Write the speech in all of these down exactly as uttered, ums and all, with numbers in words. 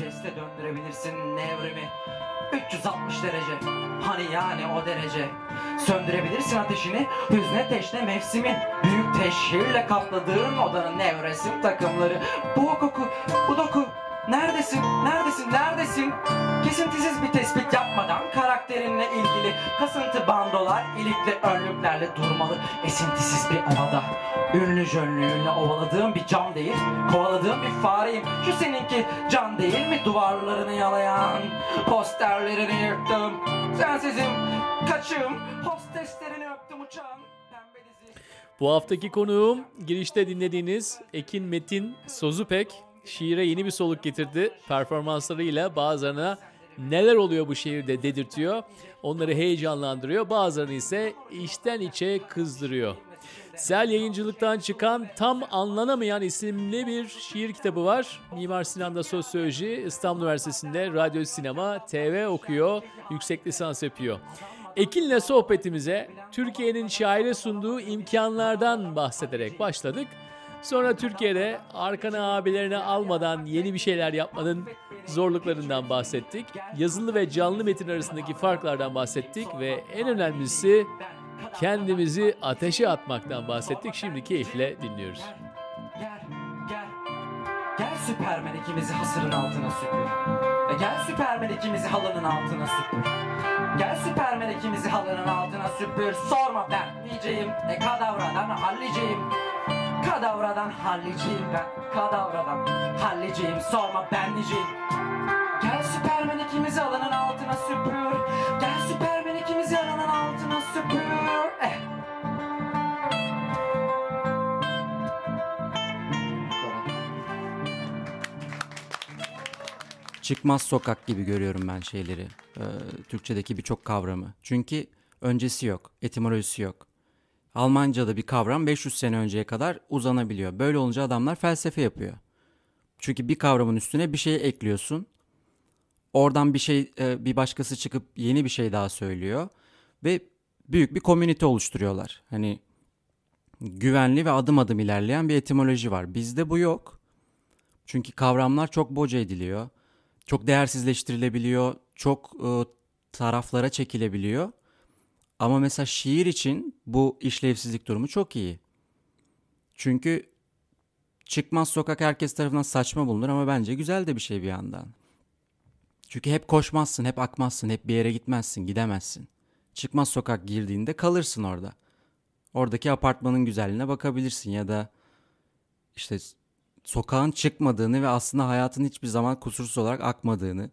Jeste döndürebilirsin nevrimi üç yüz altmış derece. Hani yani o derece. Söndürebilirsin ateşini hüzne teşne mevsimin. Büyük teşhirle kapladığın odanın nevresim takımları. Bu koku, bu doku. Neredesin, neredesin, neredesin? Kesintisiz bir tespit yapmadan karakterinle ilgili kasıntı bandolar, ilikli önlüklerle durmalı esintisiz bir ovada. Ünlü jönlüğünle ovaladığım bir cam değil, kovaladığım bir fareyim. Şu seninki can değil mi duvarlarını yalayan? Posterlerini yırttım, sensizim, kaçım, hosteslerini öptüm uçağın. Pembe dizi. Bu haftaki konuğum girişte dinlediğiniz Ekin Metin Sözüpek. Şiire yeni bir soluk getirdi. Performanslarıyla bazılarına neler oluyor bu şehirde dedirtiyor. Onları heyecanlandırıyor. Bazılarını ise içten içe kızdırıyor. Sel Yayıncılık'tan çıkan Tam Anlanamayan isimli bir şiir kitabı var. Mimar Sinan'da sosyoloji, İstanbul Üniversitesi'nde radyo, sinema, T V okuyor, yüksek lisans yapıyor. Ekin'le sohbetimize Türkiye'nin şaire sunduğu imkanlardan bahsederek başladık. Sonra Türkiye'de arkana abilerini almadan yeni bir şeyler yapmanın zorluklarından bahsettik. Yazılı ve canlı metin arasındaki farklardan bahsettik ve en önemlisi kendimizi ateşe atmaktan bahsettik. Şimdi keyifle dinliyoruz. Gel, gel, gel Süpermen ikimizi hasırın altına süpür. E gel Süpermen ikimizi halının altına süpür. Gel Süpermen ikimizi halının altına süpür. Sorma ben diyeceğim, e kadavradan halliceyim. Kadavradan halliceyim ben, kadavradan halliceyim. Sorma ben diyeceğim. Gel Süpermen ikimizi halının altına süpür. Gel Süpermen ikimizi halının altına süpür. Eh. Çıkmaz sokak gibi görüyorum ben şeyleri. Ee, Türkçedeki birçok kavramı. Çünkü öncesi yok, etimolojisi yok. Almanca'da bir kavram beş yüz sene önceye kadar uzanabiliyor. Böyle olunca adamlar felsefe yapıyor. Çünkü bir kavramın üstüne bir şey ekliyorsun. Oradan bir şey, bir başkası çıkıp yeni bir şey daha söylüyor. Ve büyük bir komünite oluşturuyorlar. Hani güvenli ve adım adım ilerleyen bir etimoloji var. Bizde bu yok. Çünkü kavramlar çok boca ediliyor. Çok değersizleştirilebiliyor. Çok e, taraflara çekilebiliyor. Ama mesela şiir için bu işlevsizlik durumu çok iyi. Çünkü çıkmaz sokak herkes tarafından saçma bulunur ama bence güzel de bir şey bir yandan. Çünkü hep koşmazsın, hep akmazsın, hep bir yere gitmezsin, gidemezsin. Çıkmaz sokak girdiğinde kalırsın orada. Oradaki apartmanın güzelliğine bakabilirsin ya da işte sokağın çıkmadığını ve aslında hayatın hiçbir zaman kusursuz olarak akmadığını,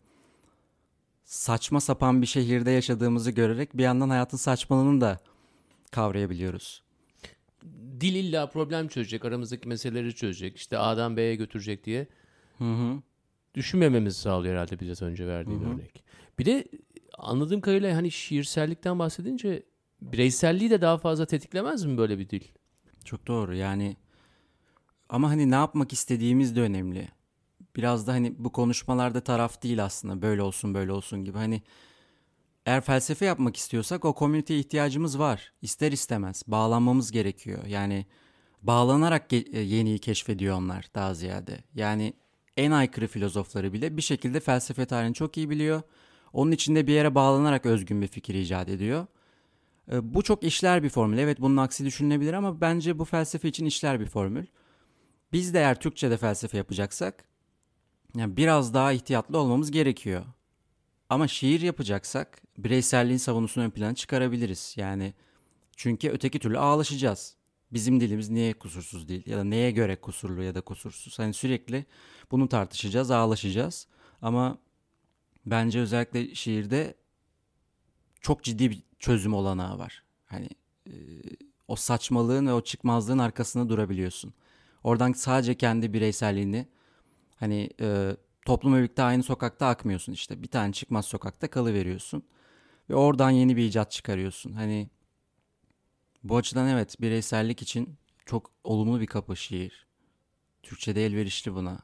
saçma sapan bir şehirde yaşadığımızı görerek bir yandan hayatın saçmalığını da kavrayabiliyoruz. Dil illa problem çözecek, aramızdaki meseleleri çözecek, işte A'dan B'ye götürecek diye Hı hı. düşünmememizi sağlıyor herhalde biraz önce verdiğin Hı hı. örnek. Bir de anladığım kadarıyla hani şiirsellikten bahsedince bireyselliği de daha fazla tetiklemez mi böyle bir dil? Çok doğru yani. Ama hani ne yapmak istediğimiz de önemli. Biraz da hani bu konuşmalarda taraf değil aslında, böyle olsun böyle olsun gibi. Hani eğer felsefe yapmak istiyorsak o komüniteye ihtiyacımız var. İster istemez bağlanmamız gerekiyor. Yani bağlanarak ge- yeniyi keşfediyor onlar daha ziyade. Yani en aykırı filozofları bile bir şekilde felsefe tarihini çok iyi biliyor. Onun içinde bir yere bağlanarak özgün bir fikir icat ediyor. E, bu çok işler bir formül. Evet, bunun aksi düşünülebilir ama bence bu felsefe için işler bir formül. Biz de eğer Türkçe'de felsefe yapacaksak yani biraz daha ihtiyatlı olmamız gerekiyor. Ama şiir yapacaksak bireyselliğin savunusunu ön plana çıkarabiliriz. Yani çünkü öteki türlü ağlaşacağız. Bizim dilimiz niye kusursuz değil ya da neye göre kusurlu ya da kusursuz. Hani sürekli bunu tartışacağız, ağlaşacağız. Ama bence özellikle şiirde çok ciddi bir çözüm olanağı var. Hani e, o saçmalığın ve o çıkmazlığın arkasında durabiliyorsun. Oradan sadece kendi bireyselliğini hani e, toplumla birlikte aynı sokakta akmıyorsun işte. Bir tane çıkmaz sokakta kalıveriyorsun. Ve oradan yeni bir icat çıkarıyorsun. Hani bu açıdan evet, bireysellik için çok olumlu bir kapı şiir. Türkçe'de elverişli buna.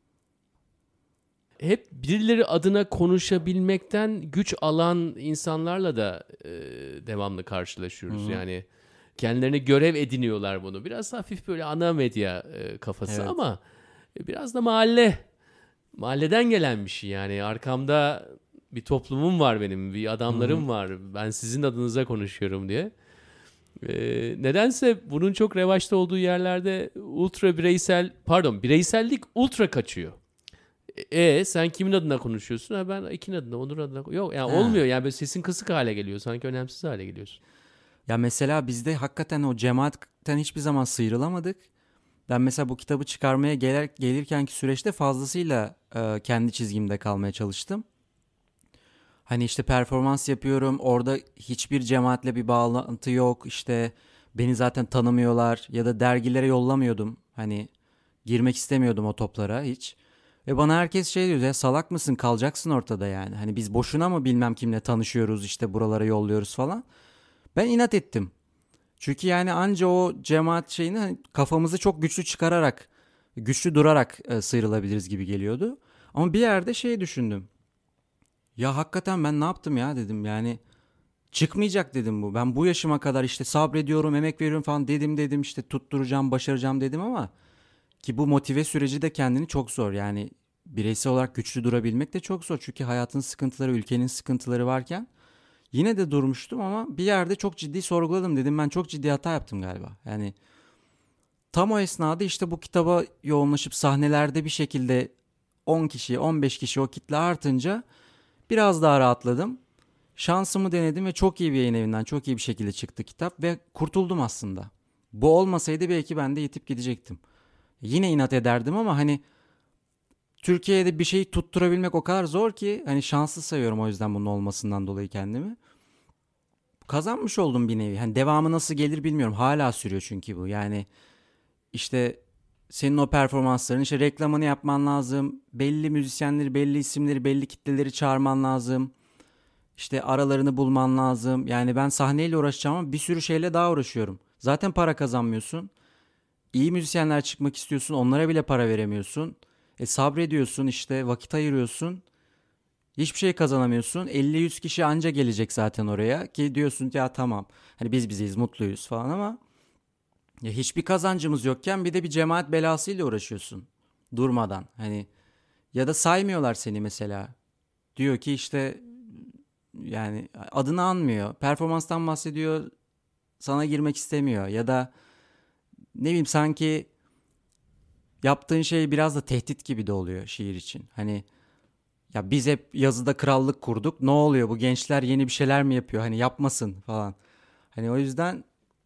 Hep birileri adına konuşabilmekten güç alan insanlarla da e, devamlı karşılaşıyoruz. Hı-hı. Yani kendilerine görev ediniyorlar bunu. Biraz hafif böyle ana medya e, kafası Evet. ama biraz da mahalle mahalleden gelen bir şey yani. Arkamda bir toplumum var benim, bir adamlarım var. Ben sizin adınıza konuşuyorum diye. Ee, nedense bunun çok revaçta olduğu yerlerde ultra bireysel, pardon bireysellik ultra kaçıyor. E e, sen kimin adına konuşuyorsun? Ha, ben Ekin adına, Onur adına. Yok yani Ha. olmuyor yani, böyle sesin kısık hale geliyor. Sanki önemsiz hale geliyorsun. Ya mesela bizde hakikaten o cemaatten hiçbir zaman sıyrılamadık. Ben mesela bu kitabı çıkarmaya gelir, gelirkenki süreçte fazlasıyla e, kendi çizgimde kalmaya çalıştım. Hani işte performans yapıyorum. Orada hiçbir cemaatle bir bağlantı yok. İşte beni zaten tanımıyorlar ya da dergilere yollamıyordum. Hani girmek istemiyordum o toplara hiç. Ve bana herkes şey diyor ya, salak mısın, kalacaksın ortada yani. Hani biz boşuna mı bilmem kimle tanışıyoruz, işte buralara yolluyoruz falan. Ben inat ettim. Çünkü yani anca o cemaat şeyini hani kafamızı çok güçlü çıkararak, güçlü durarak e, sıyrılabiliriz gibi geliyordu. Ama bir yerde şey düşündüm. Ya hakikaten ben ne yaptım ya dedim yani, çıkmayacak dedim bu. Ben bu yaşıma kadar işte sabrediyorum, emek veriyorum falan dedim dedim işte tutturacağım, başaracağım dedim ama ki bu motive süreci de kendini çok zor. Yani bireysel olarak güçlü durabilmek de çok zor. Çünkü hayatın sıkıntıları, ülkenin sıkıntıları varken yine de durmuştum ama bir yerde çok ciddi sorguladım. Dedim ben çok ciddi hata yaptım galiba. Yani tam o esnada işte bu kitaba yoğunlaşıp sahnelerde bir şekilde on kişi, on beş kişi o kitle artınca biraz daha rahatladım. Şansımı denedim ve çok iyi bir yayın evinden çok iyi bir şekilde çıktı kitap ve kurtuldum aslında. Bu olmasaydı belki ben de yitip gidecektim. Yine inat ederdim ama hani Türkiye'de bir şeyi tutturabilmek o kadar zor ki hani şanslı sayıyorum o yüzden bunun olmasından dolayı kendimi. Kazanmış oldum bir nevi. Hani devamı nasıl gelir bilmiyorum. Hala sürüyor çünkü bu. Yani işte senin o performansların işte reklamını yapman lazım. Belli müzisyenleri, belli isimleri, belli kitleleri çağırman lazım. İşte aralarını bulman lazım. Yani ben sahneyle uğraşacağım ama bir sürü şeyle daha uğraşıyorum. Zaten para kazanmıyorsun. İyi müzisyenler çıkmak istiyorsun. Onlara bile para veremiyorsun. E sabrediyorsun işte, vakit ayırıyorsun. Hiçbir şey kazanamıyorsun. elli yüz kişi anca gelecek zaten oraya. Ki diyorsun ya tamam. Hani biz bizeyiz, mutluyuz falan ama ya hiçbir kazancımız yokken bir de bir cemaat belasıyla uğraşıyorsun. Durmadan. Hani ya da saymıyorlar seni mesela. Diyor ki işte yani adını anmıyor. Performanstan bahsediyor. Sana girmek istemiyor. Ya da ne bileyim sanki yaptığın şey biraz da tehdit gibi de oluyor şiir için. Hani ya biz hep yazıda krallık kurduk. Ne oluyor, bu gençler yeni bir şeyler mi yapıyor? Hani yapmasın falan. Hani o yüzden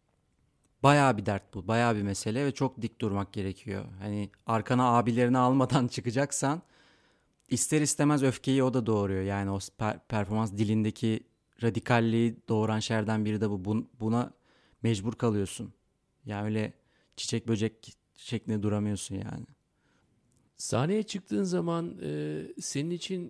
bayağı bir dert bu. Bayağı bir mesele ve çok dik durmak gerekiyor. Hani arkana abilerini almadan çıkacaksan ister istemez öfkeyi o da doğuruyor. Yani o per- performans dilindeki radikalliği doğuran şeylerden biri de bu. Bun- buna mecbur kalıyorsun. Yani öyle çiçek böcek şeklinde duramıyorsun yani. Sahneye çıktığın zaman e, senin için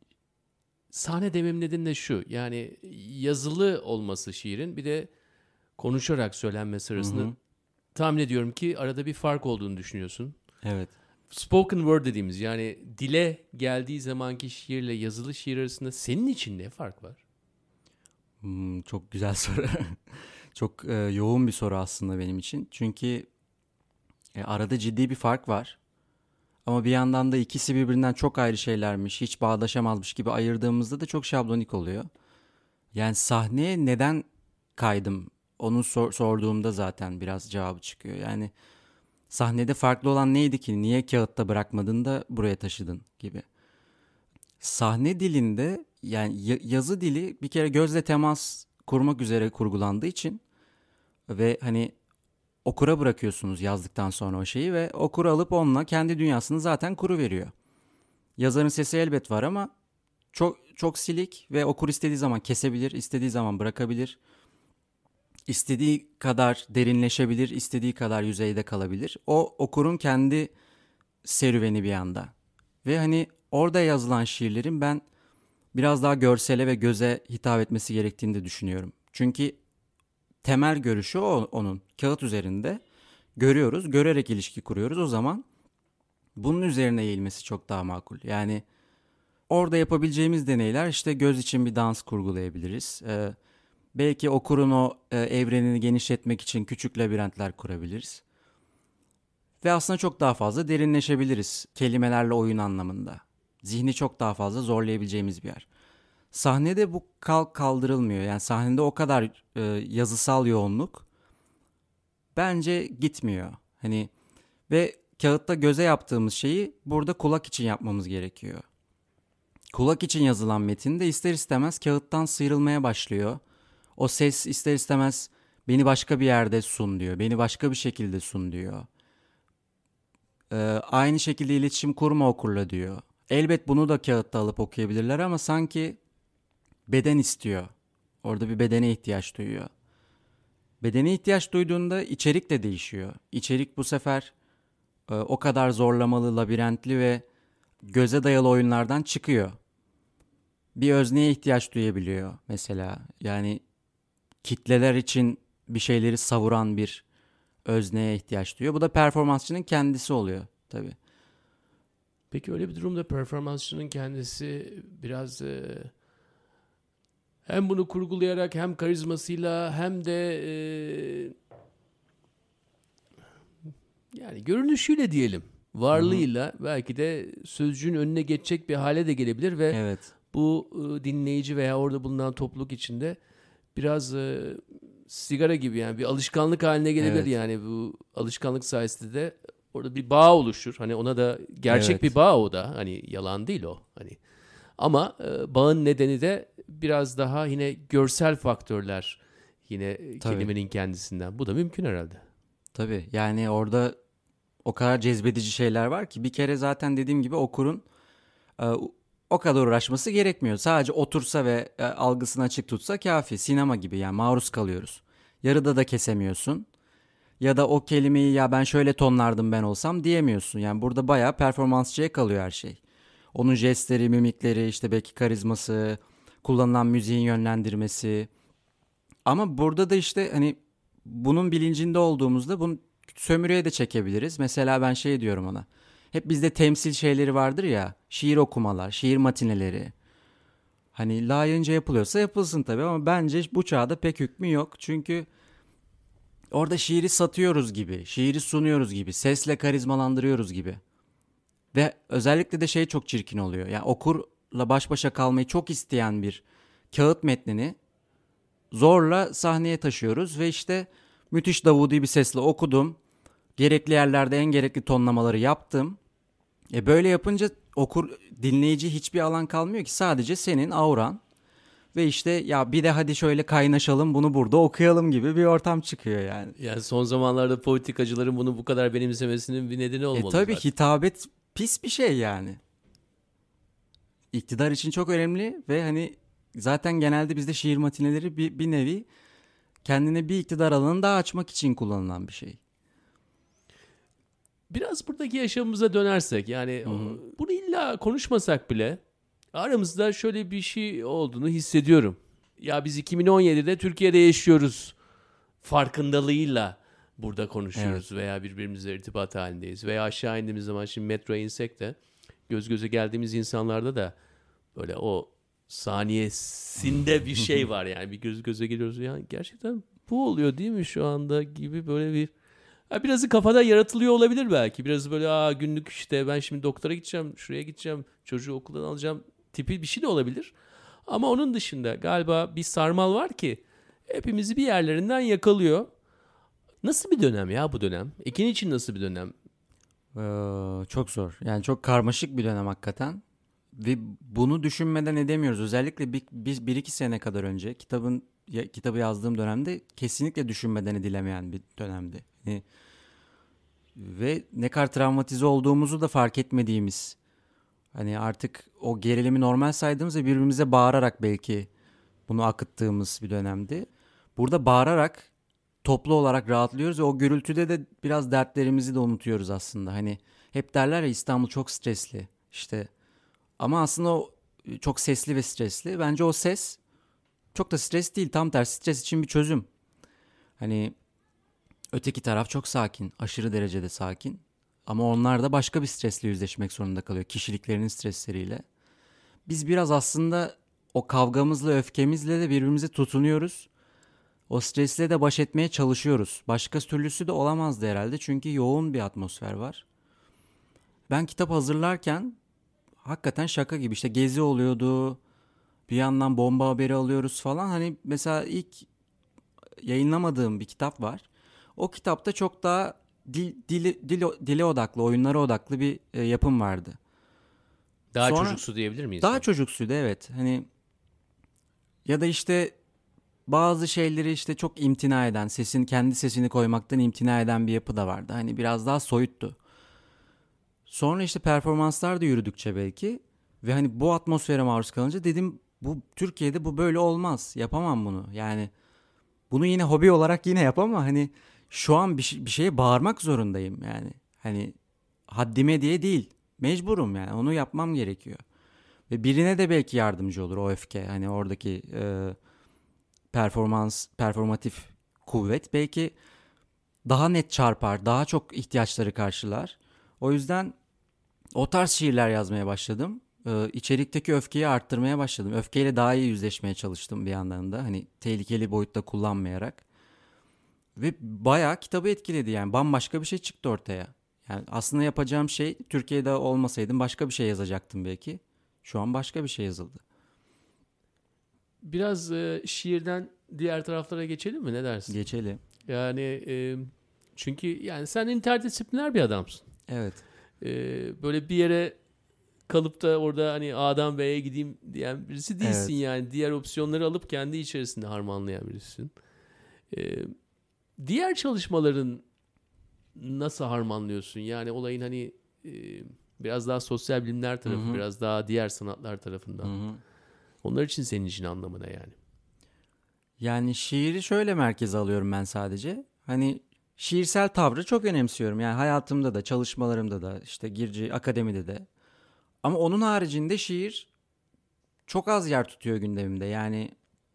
sahne demem nedeni de şu. Yani yazılı olması şiirin, bir de konuşarak söylenmesi arasında Hı hı. tahmin ediyorum ki arada bir fark olduğunu düşünüyorsun. Evet. Spoken word dediğimiz, yani dile geldiği zamanki şiirle yazılı şiir arasında senin için ne fark var? Hmm, çok güzel soru. Çok e, yoğun bir soru aslında benim için. Çünkü e, arada ciddi bir fark var. Ama bir yandan da ikisi birbirinden çok ayrı şeylermiş, hiç bağdaşamazmış gibi ayırdığımızda da çok şablonik oluyor. Yani sahneye neden kaydım? Onu sor- sorduğumda zaten biraz cevabı çıkıyor. Yani sahnede farklı olan neydi ki? Niye kağıtta bırakmadın da buraya taşıdın gibi. Sahne dilinde yani ya- yazı dili bir kere gözle temas kurmak üzere kurgulandığı için ve hani okura bırakıyorsunuz yazdıktan sonra o şeyi ve okur alıp onunla kendi dünyasını zaten kuruveriyor. Yazarın sesi elbet var ama çok çok silik ve okur istediği zaman kesebilir, istediği zaman bırakabilir. İstediği kadar derinleşebilir, istediği kadar yüzeyde kalabilir. O okurun kendi serüveni bir anda. Ve hani orada yazılan şiirlerin ben biraz daha görsele ve göze hitap etmesi gerektiğini de düşünüyorum. Çünkü temel görüşü o onun. Kağıt üzerinde görüyoruz, görerek ilişki kuruyoruz. O zaman bunun üzerine eğilmesi çok daha makul. Yani orada yapabileceğimiz deneyler işte göz için bir dans kurgulayabiliriz. Ee, belki okurun o e, evrenini genişletmek için küçük labirentler kurabiliriz. Ve aslında çok daha fazla derinleşebiliriz kelimelerle oyun anlamında. Zihni çok daha fazla zorlayabileceğimiz bir yer. Sahnede bu kalk kaldırılmıyor. Yani sahnede o kadar e, yazısal yoğunluk bence gitmiyor. Hani ve kağıtta göze yaptığımız şeyi burada kulak için yapmamız gerekiyor. Kulak için yazılan metin de ister istemez kağıttan sıyrılmaya başlıyor. O ses ister istemez beni başka bir yerde sun diyor. Beni başka bir şekilde sun diyor. Ee, aynı şekilde iletişim kurma okurla diyor. Elbet bunu da kağıtta alıp okuyabilirler ama sanki beden istiyor. Orada bir bedene ihtiyaç duyuyor. Bedene ihtiyaç duyduğunda içerik de değişiyor. İçerik bu sefer e, o kadar zorlamalı, labirentli ve göze dayalı oyunlardan çıkıyor. Bir özneye ihtiyaç duyabiliyor mesela. Yani kitleler için bir şeyleri savuran bir özneye ihtiyaç duyuyor. Bu da performansçının kendisi oluyor tabii. Peki öyle bir durumda performansçının kendisi biraz e, hem bunu kurgulayarak hem karizmasıyla hem de e, yani görünüşüyle diyelim, varlığıyla belki de sözcüğün önüne geçecek bir hale de gelebilir ve Evet. bu e, dinleyici veya orada bulunan topluluk içinde biraz e, sigara gibi, yani bir alışkanlık haline gelebilir. Evet. Yani bu alışkanlık sayesinde de orada bir bağ oluşur. Hani ona da gerçek Evet. bir bağ, o da hani yalan değil o. Hani ama e, bağın nedeni de biraz daha yine görsel faktörler, yine Tabii. kelimenin kendisinden. Bu da mümkün herhalde. Tabii yani orada o kadar cezbedici şeyler var ki bir kere zaten dediğim gibi okurun e, o kadar uğraşması gerekmiyor. Sadece otursa ve e, algısını açık tutsa kafi. Sinema gibi yani maruz kalıyoruz. Yarıda da kesemiyorsun. Ya da o kelimeyi ya ben şöyle tonlardım ben olsam diyemiyorsun. Yani burada bayağı performansçıya kalıyor her şey. Onun jestleri, mimikleri, işte belki karizması, kullanılan müziğin yönlendirmesi. Ama burada da işte hani bunun bilincinde olduğumuzda bunu sömürüye de çekebiliriz. Mesela ben şey diyorum ona. Hep bizde temsil şeyleri vardır ya. Şiir okumalar, şiir matineleri. Hani layığınca yapılıyorsa yapılsın tabii ama bence bu çağda pek hükmü yok. Çünkü orada şiiri satıyoruz gibi, şiiri sunuyoruz gibi, sesle karizmalandırıyoruz gibi. Ve özellikle de şey çok çirkin oluyor. Yani okurla baş başa kalmayı çok isteyen bir kağıt metnini zorla sahneye taşıyoruz ve işte müthiş davudi bir sesle okudum. Gerekli yerlerde en gerekli tonlamaları yaptım. E böyle yapınca okur, dinleyici hiçbir alan kalmıyor ki, sadece senin auran ve işte ya bir de hadi şöyle kaynaşalım bunu burada okuyalım gibi bir ortam çıkıyor yani. Yani son zamanlarda politikacıların bunu bu kadar benimsemesinin bir nedeni olmalı E tabii zaten. hitabet pis bir şey yani. İktidar için çok önemli ve hani zaten genelde bizde şiir matineleri bir, bir nevi kendine bir iktidar alanını daha açmak için kullanılan bir şey. Biraz buradaki yaşamımıza dönersek, yani o- bunu illa konuşmasak bile aramızda şöyle bir şey olduğunu hissediyorum. Ya biz iki bin on yedide Türkiye'de yaşıyoruz farkındalığıyla burada konuşuyoruz veya birbirimizle irtibat halindeyiz. Veya aşağı indiğimiz zaman, şimdi metroya insek de göz göze geldiğimiz insanlarda da böyle o saniyesinde bir şey var yani. Bir göz göze geliyoruz, ya gerçekten bu oluyor değil mi şu anda gibi böyle bir. Ha, birazı kafada yaratılıyor olabilir belki. Biraz böyle aa günlük işte ben şimdi doktora gideceğim, şuraya gideceğim, çocuğu okuldan alacağım tipi bir şey de olabilir. Ama onun dışında galiba bir sarmal var ki hepimizi bir yerlerinden yakalıyor. Nasıl bir dönem ya bu dönem? Ekin için nasıl bir dönem? Ee, çok zor. Yani çok karmaşık bir dönem hakikaten. Ve bunu düşünmeden edemiyoruz. Özellikle bir, bir, bir iki sene kadar önce kitabın ya, kitabı yazdığım dönemde kesinlikle düşünmeden edilemeyen bir dönemdi. Yani, ve ne kadar travmatize olduğumuzu da fark etmediğimiz, hani artık o gerilimi normal saydığımız ve birbirimize bağırarak belki bunu akıttığımız bir dönemdi. Burada bağırarak toplu olarak rahatlıyoruz ve o gürültüde de biraz dertlerimizi de unutuyoruz aslında. Hani hep derler ya İstanbul çok stresli işte, ama aslında o çok sesli ve stresli. Bence o ses çok da stres değil, tam tersi stres için bir çözüm. Hani öteki taraf çok sakin, aşırı derecede sakin. Ama onlar da başka bir stresle yüzleşmek zorunda kalıyor, kişiliklerinin stresleriyle. Biz biraz aslında o kavgamızla, öfkemizle de birbirimize tutunuyoruz. O stresle de baş etmeye çalışıyoruz. Başka türlüsü de olamazdı herhalde çünkü yoğun bir atmosfer var. Ben kitap hazırlarken hakikaten şaka gibi. İşte gezi oluyordu. Bir yandan bomba haberi alıyoruz falan. Hani mesela ilk yayınlamadığım bir kitap var. O kitapta çok daha dil, dili, dil, dile odaklı, oyunlara odaklı bir e, yapım vardı. Daha Sonra- çocuksu diyebilir miyiz? Daha çocuksuydu, evet. Hani ya da işte bazı şeyleri işte çok imtina eden, sesin kendi sesini koymaktan imtina eden bir yapı da vardı. Hani biraz daha soyuttu. Sonra işte performanslar da yürüdükçe belki ve hani bu atmosfere maruz kalınca dedim bu Türkiye'de bu böyle olmaz. Yapamam bunu. Yani bunu yine hobi olarak yine yap ama hani şu an bir, şey- bir şeye bağırmak zorundayım yani. Hani haddime diye değil. Mecburum yani. Onu yapmam gerekiyor. Ve birine de belki yardımcı olur o öfke. Hani oradaki e, performans, performatif kuvvet belki daha net çarpar, daha çok ihtiyaçları karşılar. O yüzden o tarz şiirler yazmaya başladım. Ee, içerikteki öfkeyi arttırmaya başladım. Öfkeyle daha iyi yüzleşmeye çalıştım bir yandan da. Hani tehlikeli boyutta kullanmayarak. Ve bayağı kitabı etkiledi yani. Bambaşka bir şey çıktı ortaya. Yani aslında yapacağım şey, Türkiye'de olmasaydım başka bir şey yazacaktım belki. Şu an başka bir şey yazıldı. Biraz e, şiirden diğer taraflara geçelim mi? Ne dersin? Geçelim. Yani e, çünkü yani sen interdisipliner bir adamsın. Evet. E, böyle bir yere kalıp da orada hani A'dan B'ye gideyim diyen birisi değilsin Evet. yani. Diğer opsiyonları alıp kendi içerisinde harmanlayan birisin. E, diğer çalışmaların nasıl harmanlıyorsun? Yani olayın hani e, biraz daha sosyal bilimler tarafı, Hı hı. biraz daha diğer sanatlar tarafından. Hı hı. Onlar için senin için anlamına yani. Yani şiiri şöyle merkeze alıyorum ben sadece. Hani şiirsel tavrı çok önemsiyorum. Yani hayatımda da, çalışmalarımda da, işte Girci Akademi'de de. Ama onun haricinde şiir çok az yer tutuyor gündemimde. Yani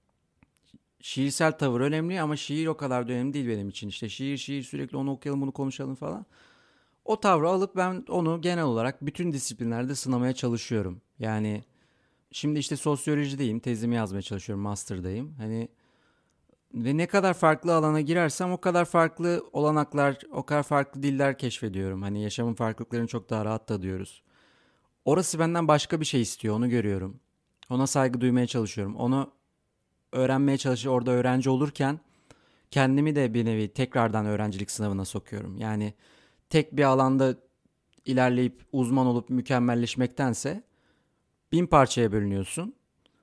şiirsel tavır önemli ama şiir o kadar da önemli değil benim için. İşte şiir şiir sürekli onu okuyalım, bunu konuşalım falan. O tavrı alıp ben onu genel olarak bütün disiplinlerde sınamaya çalışıyorum. Yani şimdi işte sosyolojideyim, tezimi yazmaya çalışıyorum, master'dayım. Hani ve ne kadar farklı alana girersem o kadar farklı olanaklar, o kadar farklı diller keşfediyorum. Hani yaşamın farklılıklarını çok daha rahat tadıyoruz. Orası benden başka bir şey istiyor, onu görüyorum. Ona saygı duymaya çalışıyorum. Onu öğrenmeye çalışıyor. Orada öğrenci olurken kendimi de bir nevi tekrardan öğrencilik sınavına sokuyorum. Yani tek bir alanda ilerleyip uzman olup mükemmelleşmektense bin parçaya bölünüyorsun.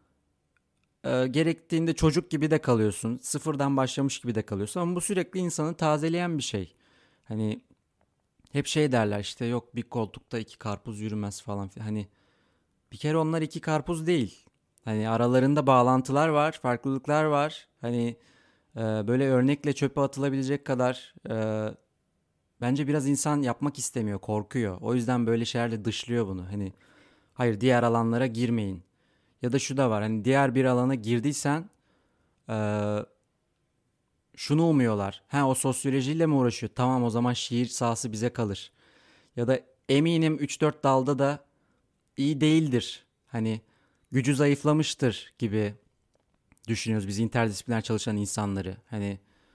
Ee, gerektiğinde çocuk gibi de kalıyorsun. Sıfırdan başlamış gibi de kalıyorsun. Ama bu sürekli insanı tazeleyen bir şey. Hani hep şey derler işte yok bir koltukta iki karpuz yürümez falan filan. Hani bir kere onlar iki karpuz değil. Hani aralarında bağlantılar var, farklılıklar var. Hani e, böyle örnekle çöpe atılabilecek kadar e, bence biraz insan yapmak istemiyor, korkuyor. O yüzden böyle şeylerle dışlıyor bunu. Hani hayır diğer alanlara girmeyin. Ya da şu da var. Hani diğer bir alana girdiysen eee, şunu umuyorlar. Ha o sosyolojiyle mi uğraşıyor? Tamam o zaman şiir sahası bize kalır. Ya da eminim üç dört dalda da iyi değildir. Hani gücü zayıflamıştır gibi düşünüyoruz biz interdisipliner çalışan insanları. Hani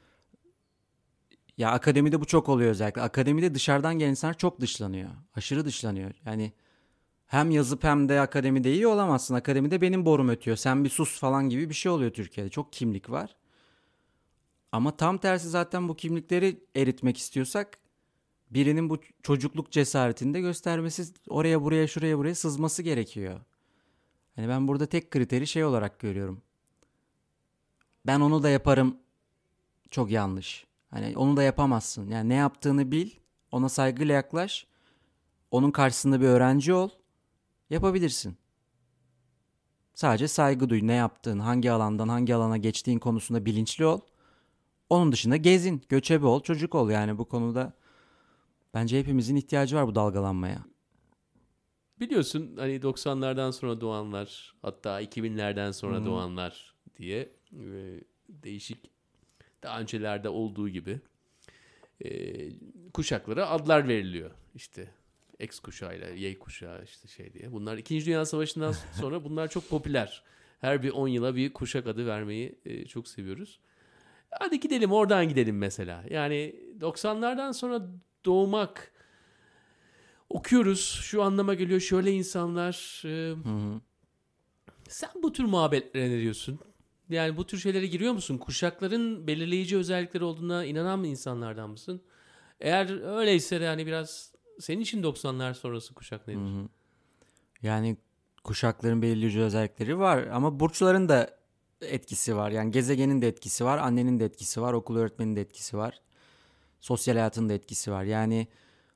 ya akademide bu çok oluyor özellikle. Akademide dışarıdan gelen insanlar çok dışlanıyor. Aşırı dışlanıyor. Yani hem yazıp hem de akademide iyi olamazsın. Akademide benim borum ötüyor. Sen bir sus falan gibi bir şey oluyor Türkiye'de. Çok kimlik var. Ama tam tersi zaten bu kimlikleri eritmek istiyorsak birinin bu çocukluk cesaretini de göstermesi, oraya buraya şuraya buraya sızması gerekiyor. Hani ben burada tek kriteri şey olarak görüyorum. Ben onu da yaparım çok yanlış. Hani onu da yapamazsın. Yani ne yaptığını bil, ona saygıyla yaklaş. Onun karşısında bir öğrenci ol. Yapabilirsin. Sadece saygı duy. Ne yaptığın, hangi alandan hangi alana geçtiğin konusunda bilinçli ol. Onun dışında gezin, göçebe ol, çocuk ol. Yani bu konuda bence hepimizin ihtiyacı var bu dalgalanmaya. Biliyorsun hani doksanlardan sonra doğanlar, hatta iki binlerden sonra doğanlar diye e, değişik, daha öncelerde olduğu gibi e, kuşaklara adlar veriliyor. İşte X kuşağıyla Y kuşağı işte şey diye. Bunlar İkinci Dünya Savaşı'ndan sonra bunlar çok popüler. Her bir on yıla bir kuşak adı vermeyi e, çok seviyoruz. Hadi gidelim oradan gidelim mesela. Yani doksanlardan sonra doğmak, okuyoruz. Şu anlama geliyor. Şöyle insanlar. e, Hı hı. Sen bu tür muhabbetlere ne diyorsun? Yani bu tür şeylere giriyor musun? Kuşakların belirleyici özellikleri olduğuna inanan mı insanlardan mısın? Eğer öyleyse de yani biraz senin için doksanlar sonrası kuşak nedir? Hı hı. Yani kuşakların belirleyici özellikleri var ama burçların da etkisi var. Yani gezegenin de etkisi var, annenin de etkisi var, okul öğretmenin de etkisi var. Sosyal hayatın da etkisi var. Yani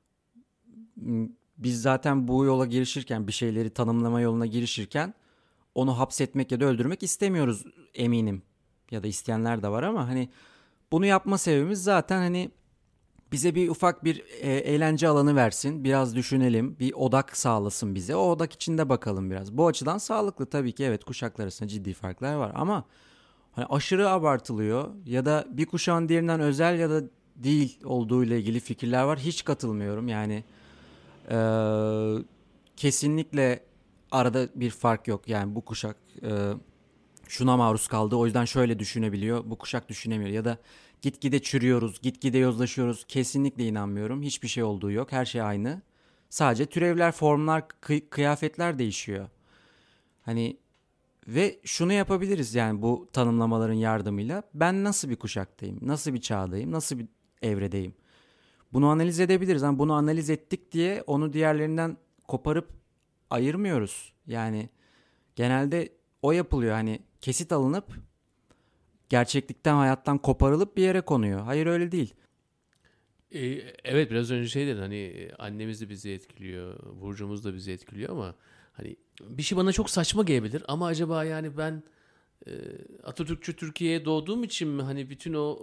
m, biz zaten bu yola girişirken, bir şeyleri tanımlama yoluna girişirken onu hapsetmek ya da öldürmek istemiyoruz eminim. Ya da isteyenler de var ama hani bunu yapma sebebimiz zaten hani bize bir ufak bir e, eğlence alanı versin. Biraz düşünelim. Bir odak sağlasın bize. O odak içinde bakalım biraz. Bu açıdan sağlıklı tabii ki, evet, kuşaklar arasında ciddi farklar var ama hani aşırı abartılıyor ya da bir kuşağın diğerinden özel ya da değil olduğu ile ilgili fikirler var. Hiç katılmıyorum. Yani e, kesinlikle arada bir fark yok. Yani bu kuşak e, şuna maruz kaldı, o yüzden şöyle düşünebiliyor. Bu kuşak düşünemiyor ya da gitgide çürüyoruz, gitgide yozlaşıyoruz. Kesinlikle inanmıyorum. Hiçbir şey olduğu yok. Her şey aynı. Sadece türevler, formlar, kı- kıyafetler değişiyor. Hani ve şunu yapabiliriz yani bu tanımlamaların yardımıyla. Ben nasıl bir kuşaktayım? Nasıl bir çağdayım? Nasıl bir evredeyim? Bunu analiz edebiliriz. Ama bunu analiz ettik diye onu diğerlerinden koparıp ayırmıyoruz. Yani genelde o yapılıyor. Hani kesit alınıp gerçeklikten, hayattan koparılıp bir yere konuyor. Hayır, öyle değil. Ee, evet, biraz önce şey dedin, hani annemiz de bizi etkiliyor, burcumuz da bizi etkiliyor ama hani bir şey bana çok saçma gelebilir ama acaba yani ben e, Atatürkçü Türkiye'ye doğduğum için mi hani bütün o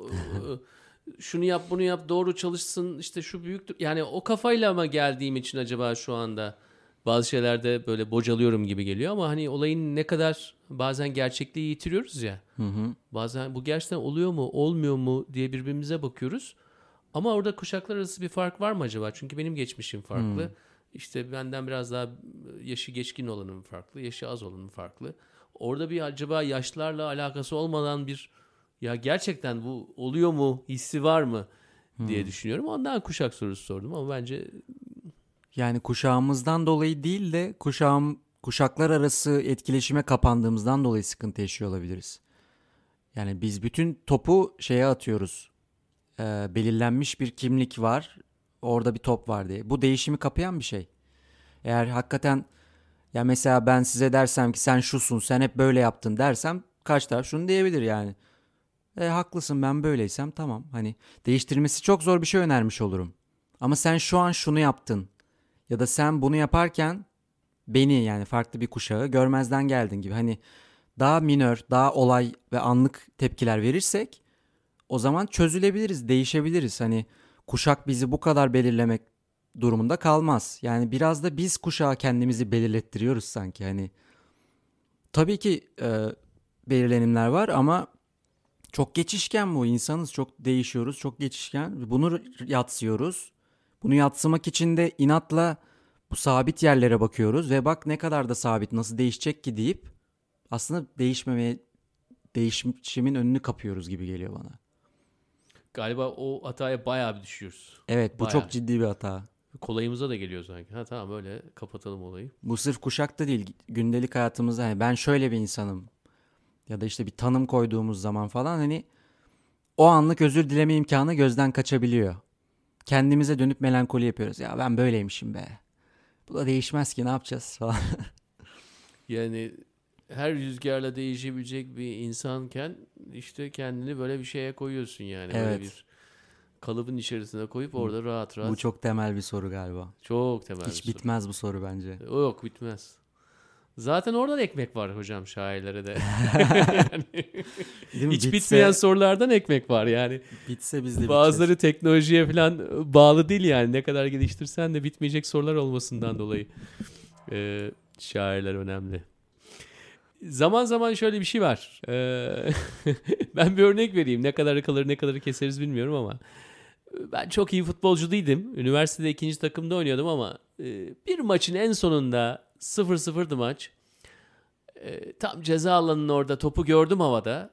e, şunu yap bunu yap doğru çalışsın işte şu büyüktür yani o kafayla mı geldiğim için acaba şu anda bazı şeylerde böyle bocalıyorum gibi geliyor ama hani olayın ne kadar bazen gerçekliği yitiriyoruz ya. Hı hı. Bazen bu gerçekten oluyor mu, olmuyor mu diye birbirimize bakıyoruz. Ama orada kuşaklar arası bir fark var mı acaba? Çünkü benim geçmişim farklı. Hmm. İşte benden biraz daha yaşı geçkin olanım farklı, yaşı az olanım farklı. Orada bir acaba yaşlarla alakası olmadan bir ya gerçekten bu oluyor mu hissi var mı diye düşünüyorum. Ondan kuşak sorusu sordum ama bence Yani kuşağımızdan dolayı değil de kuşağım kuşaklar arası etkileşime kapandığımızdan dolayı sıkıntı yaşıyor olabiliriz. Yani biz bütün topu şeye atıyoruz. Ee, belirlenmiş bir kimlik var. Orada bir top var diye. Bu değişimi kapayan bir şey. Eğer hakikaten ya mesela ben size dersem ki sen şusun, sen hep böyle yaptın dersem karşı taraf şunu diyebilir yani. E, haklısın, ben böyleysem tamam. Hani değiştirmesi çok zor bir şey önermiş olurum. Ama sen şu an şunu yaptın ya da sen bunu yaparken beni, yani farklı bir kuşağı görmezden geldin gibi. Hani daha minör, daha olay ve anlık tepkiler verirsek o zaman çözülebiliriz, değişebiliriz. Hani kuşak bizi bu kadar belirlemek durumunda kalmaz. Yani biraz da biz kuşağa kendimizi belirlettiriyoruz sanki. Hani tabii ki e, belirlenimler var ama çok geçişken bu. İnsanız, çok değişiyoruz, çok geçişken. Bunu yatsıyoruz. Bunu yatsımak için de inatla bu sabit yerlere bakıyoruz ve bak ne kadar da sabit, nasıl değişecek ki deyip aslında değişmemeye, değişimin önünü kapıyoruz gibi geliyor bana. galiba o hataya bayağı bir düşüyoruz. Evet, bu Bayağı. çok ciddi bir hata. Kolayımıza da geliyor sanki. Ha tamam öyle kapatalım olayı. Bu sırf kuşak da değil, gündelik hayatımızda hani ben şöyle bir insanım ya da işte bir tanım koyduğumuz zaman falan hani o anlık özür dileme imkanı gözden kaçabiliyor. Kendimize dönüp melankoli yapıyoruz. Ya ben böyleymişim be. Bu da değişmez ki, ne yapacağız falan. Yani her rüzgarla değişebilecek bir insanken işte kendini böyle bir şeye koyuyorsun yani. Böyle Evet. bir kalıbın içerisine koyup orada rahat rahat. Bu çok temel bir soru galiba. çok temel bir Hiç soru. bitmez bu soru bence. O yok bitmez. Zaten oradan ekmek var hocam şairlere de. Yani Değil mi? hiç Bitse- bitmeyen sorulardan ekmek var yani. Bitse biz de Bazıları biteceğiz. teknolojiye falan bağlı değil yani. Ne kadar geliştirsen de bitmeyecek sorular olmasından dolayı ee, şairler önemli. Zaman zaman şöyle bir şey var. Ee, ben bir örnek vereyim. Ne kadarı kalır ne kadarı keseriz bilmiyorum ama ben çok iyi futbolcu değildim. Üniversitede ikinci takımda oynuyordum ama e, bir maçın en sonunda sıfır sıfırdı maç. E, tam ceza alanının orada topu gördüm havada.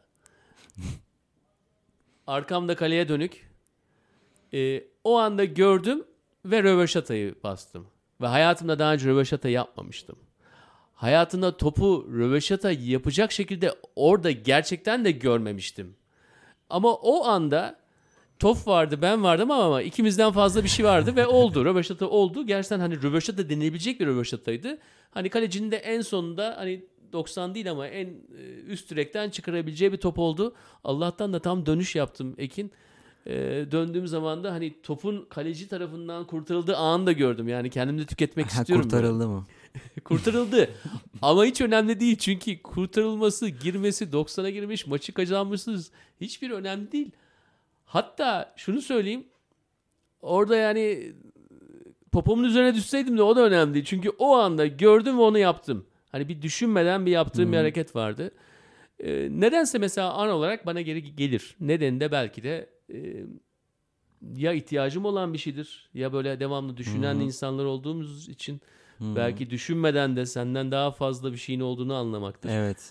Arkamda kaleye dönük. E, o anda gördüm ve röveşatayı bastım. Ve hayatımda daha önce röveşata yapmamıştım. Hayatımda topu röveşata yapacak şekilde orada gerçekten de görmemiştim. Ama o anda top vardı, ben vardım ama, ama ikimizden fazla bir şey vardı ve oldu. Röveşata oldu. Gerçekten hani röveşata denilebilecek bir röveşataydı. Hani kalecinin de en sonunda hani doksan değil ama en üst direkten çıkarabileceği bir top oldu. Allah'tan da tam dönüş yaptım Ekin. Ee, döndüğüm zaman da hani topun kaleci tarafından kurtarıldığı anı da gördüm. Yani kendimde tüketmek Ha, istiyorum. kurtarıldı mı? Kurtarıldı. Ama hiç önemli değil. Çünkü kurtarılması, girmesi, doksana girmiş, maçı kazanmışsınız. Hiçbir önemli değil. Hatta şunu söyleyeyim. Orada yani popomun üzerine düşseydim de o da önemli değil. Çünkü o anda gördüm ve onu yaptım. Hani bir düşünmeden bir yaptığım bir hareket vardı. Ee, nedense mesela an olarak bana geri gelir. Nedeni de belki de e, ya ihtiyacım olan bir şeydir. Ya böyle devamlı düşünen insanlar olduğumuz için belki düşünmeden de senden daha fazla bir şeyin olduğunu anlamaktır. Evet.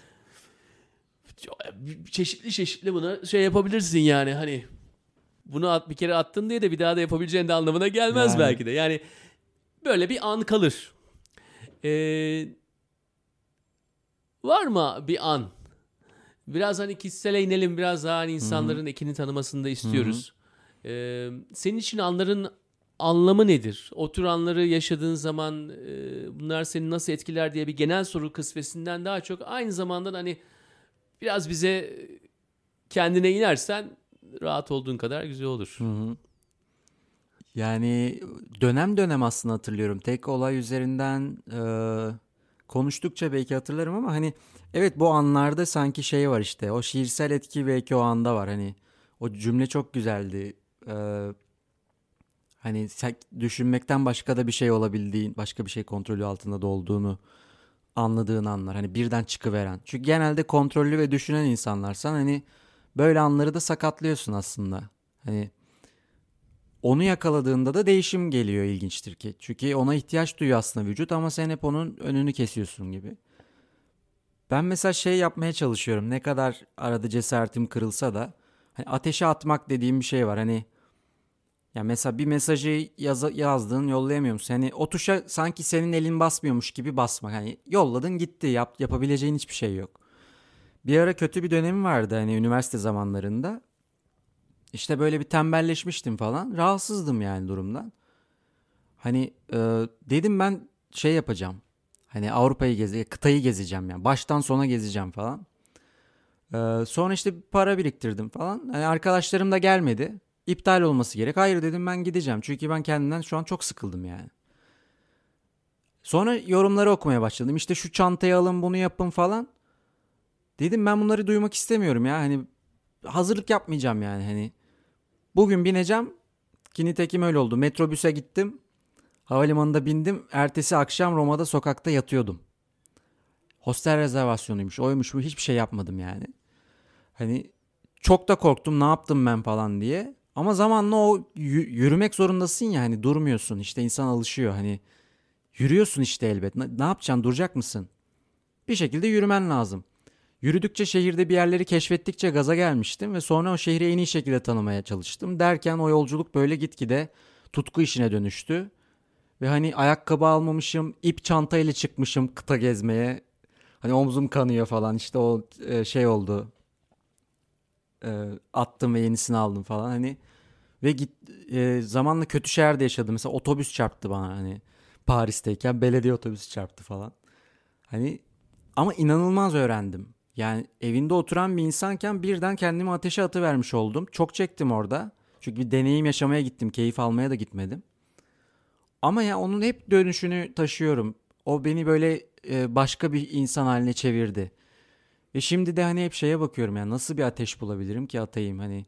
Çeşitli çeşitli buna şey yapabilirsin yani hani bunu at bir kere attın diye de bir daha da yapabileceğin de anlamına gelmez Yani. belki de. Yani böyle bir an kalır. Ee, var mı bir an? Biraz hani kişisele inelim, biraz daha hani insanların Ekin'i tanımasını da istiyoruz. Ee, senin için anların anlamı nedir? O tür anları yaşadığın zaman e, bunlar seni nasıl etkiler diye bir genel soru kısmetinden daha çok aynı zamanda hani biraz bize kendine inersen rahat olduğun kadar güzel olur. Hı hı. Yani dönem dönem aslında hatırlıyorum. Tek olay üzerinden e, konuştukça belki hatırlarım ama hani evet bu anlarda sanki şey var işte. O şiirsel etki belki o anda var. Hani o cümle çok güzeldi. E, hani sen düşünmekten başka da bir şey olabildiğin, başka bir şey kontrolü altında da olduğunu anladığın anlar. Hani birden çıkıveren. Çünkü genelde kontrollü ve düşünen insanlarsan hani böyle anları da sakatlıyorsun aslında. Hani onu yakaladığında da değişim geliyor ilginçtir ki. Çünkü ona ihtiyaç duyuyor aslında vücut ama sen hep onun önünü kesiyorsun gibi. Ben mesela şey yapmaya çalışıyorum. Ne kadar arada cesaretim kırılsa da hani ateşe atmak dediğim bir şey var. Hani ya mesela bir mesajı yaz, yazdın yollayamıyor musun? Hani o tuşa sanki senin elin basmıyormuş gibi basmak. Hani yolladın gitti. Yap, yapabileceğin hiçbir şey yok. Bir ara kötü bir dönemim vardı hani üniversite zamanlarında. İşte böyle bir tembelleşmiştim falan. Rahatsızdım yani durumdan. Hani e, dedim ben şey yapacağım. Hani Avrupa'yı geze, kıtayı gezeceğim yani. Baştan sona gezeceğim falan. E, sonra işte bir para biriktirdim falan. Hani arkadaşlarım da gelmedi. İptal olması gerek. Hayır dedim ben gideceğim. Çünkü ben kendimden şu an çok sıkıldım yani. Sonra yorumları okumaya başladım. İşte şu çantayı alın bunu yapın falan. Dedim ben bunları duymak istemiyorum ya. Hani hazırlık yapmayacağım yani hani. Bugün bineceğim. Ki nitekim öyle oldu. Metrobüse gittim. Havalimanında bindim. Ertesi akşam Roma'da sokakta yatıyordum. Hostel rezervasyonuymuş. Oymuş bu. Hiçbir şey yapmadım yani. Hani çok da korktum. Ne yaptım ben falan diye. Ama zamanla o y- yürümek zorundasın ya. Hani durmuyorsun. İşte insan alışıyor. Hani yürüyorsun işte elbet. Ne, ne yapacaksın? Duracak mısın? Bir şekilde yürümen lazım. Yürüdükçe şehirde bir yerleri keşfettikçe gaza gelmiştim ve sonra o şehri en iyi şekilde tanımaya çalıştım. Derken o yolculuk böyle gitgide tutku işine dönüştü. Ve hani ayakkabı almamışım, ip çantayla çıkmışım kıta gezmeye. Hani omzum kanıyor falan işte o e, şey oldu. E, attım ve yenisini aldım falan hani. Ve git e, zamanla kötü şehirde yaşadım. Mesela otobüs çarptı bana hani Paris'teyken belediye otobüsü çarptı falan. Hani ama inanılmaz öğrendim. Yani evinde oturan bir insanken birden kendimi ateşe atıvermiş oldum. Çok çektim orada. Çünkü bir deneyim yaşamaya gittim. Keyif almaya da gitmedim. Ama ya onun hep dönüşünü taşıyorum. O beni böyle e, başka bir insan haline çevirdi. Ve şimdi de hani hep şeye bakıyorum ya nasıl bir ateş bulabilirim ki atayım hani.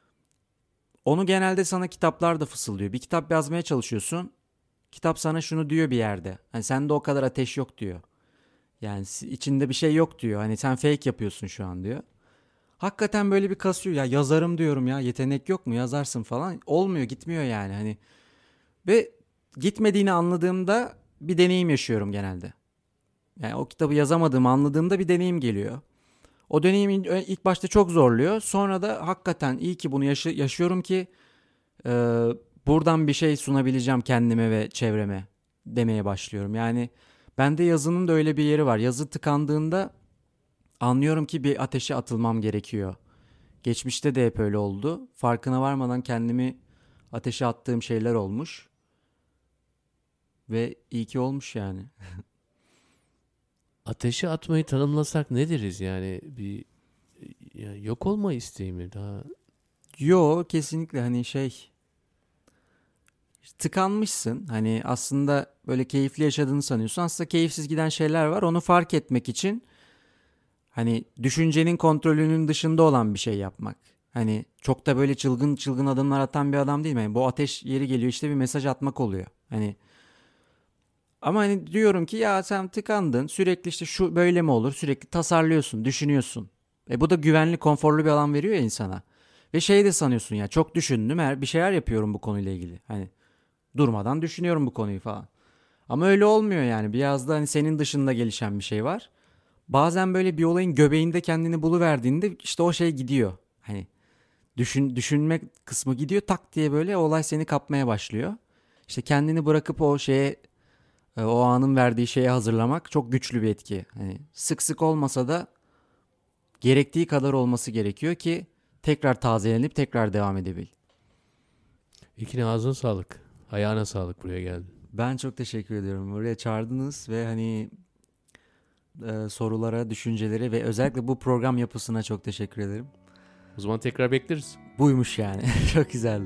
Onu genelde sana kitaplar da fısıldıyor. Bir kitap yazmaya çalışıyorsun. Kitap sana şunu diyor bir yerde. Hani sende o kadar ateş yok diyor. Yani içinde bir şey yok diyor. Hani sen fake yapıyorsun şu an diyor. Hakikaten böyle bir kasıyor. Ya yazarım diyorum ya yetenek yok mu yazarsın falan. Olmuyor gitmiyor yani hani. Ve gitmediğini anladığımda bir deneyim yaşıyorum genelde. Yani o kitabı yazamadığımı anladığımda bir deneyim geliyor. O deneyim ilk başta çok zorluyor. Sonra da hakikaten iyi ki bunu yaşı- yaşıyorum ki e, buradan bir şey sunabileceğim kendime ve çevreme. demeye başlıyorum. Yani bende yazının da öyle bir yeri var. Yazı tıkandığında anlıyorum ki bir ateşe atılmam gerekiyor. Geçmişte de hep öyle oldu. Farkına varmadan kendimi ateşe attığım şeyler olmuş. Ve iyi ki olmuş yani. Ateşe atmayı tanımlasak ne deriz yani? Bir ya yok olma isteği mi? Daha Yo, kesinlikle hani şey, tıkanmışsın. Hani aslında böyle keyifli yaşadığını sanıyorsun. Aslında keyifsiz giden şeyler var. Onu fark etmek için hani düşüncenin kontrolünün dışında olan bir şey yapmak. Hani çok da böyle çılgın çılgın adımlar atan bir adam değilim. Yani bu ateş yeri geliyor işte bir mesaj atmak oluyor. Hani ama hani diyorum ki ya sen tıkandın. Sürekli işte şu böyle mi olur? Sürekli tasarlıyorsun, düşünüyorsun. E bu da güvenli, konforlu bir alan veriyor ya insana. Ve şey de sanıyorsun ya çok düşündüm. Her bir şeyler yapıyorum bu konuyla ilgili. Hani durmadan düşünüyorum bu konuyu falan. Ama öyle olmuyor yani. Biraz da hani senin dışında gelişen bir şey var. Bazen böyle bir olayın göbeğinde kendini buluverdiğinde işte o şey gidiyor. Hani düşün düşünme kısmı gidiyor, tak diye böyle olay seni kapmaya başlıyor. İşte kendini bırakıp o şeye, e, o anın verdiği şeye hazırlamak çok güçlü bir etki. Hani sık sık olmasa da gerektiği kadar olması gerekiyor ki tekrar tazelenip tekrar devam edebil. ikine ağzına sağlık. Ayağına sağlık buraya geldin. Ben çok teşekkür ediyorum. Buraya çağırdınız ve hani e, sorulara, düşüncelere ve özellikle bu program yapısına çok teşekkür ederim. O zaman tekrar bekleriz. Buymuş yani. Çok güzeldi.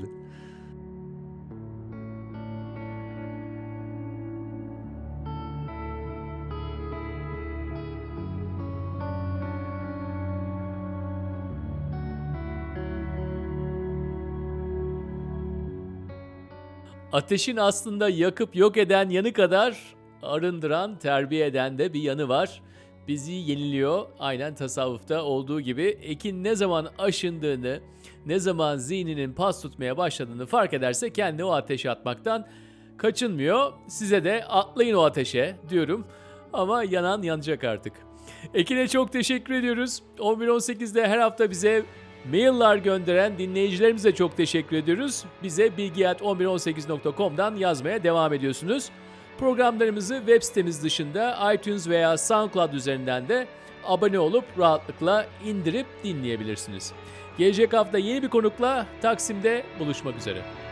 Ateşin aslında yakıp yok eden yanı kadar arındıran, terbiye eden de bir yanı var. Bizi yeniliyor. Aynen tasavvufta olduğu gibi. Ekin ne zaman aşındığını, ne zaman zihninin pas tutmaya başladığını fark ederse kendi o ateşe atmaktan kaçınmıyor. Size de atlayın o ateşe diyorum. Ama yanan yanacak artık. Ekin'e çok teşekkür ediyoruz. on bir on sekizde her hafta bize mailler gönderen dinleyicilerimize çok teşekkür ediyoruz. Bize bilgi at on bir on sekiz nokta com'dan yazmaya devam ediyorsunuz. Programlarımızı web sitemiz dışında iTunes veya SoundCloud üzerinden de abone olup rahatlıkla indirip dinleyebilirsiniz. Gelecek hafta yeni bir konukla Taksim'de buluşmak üzere.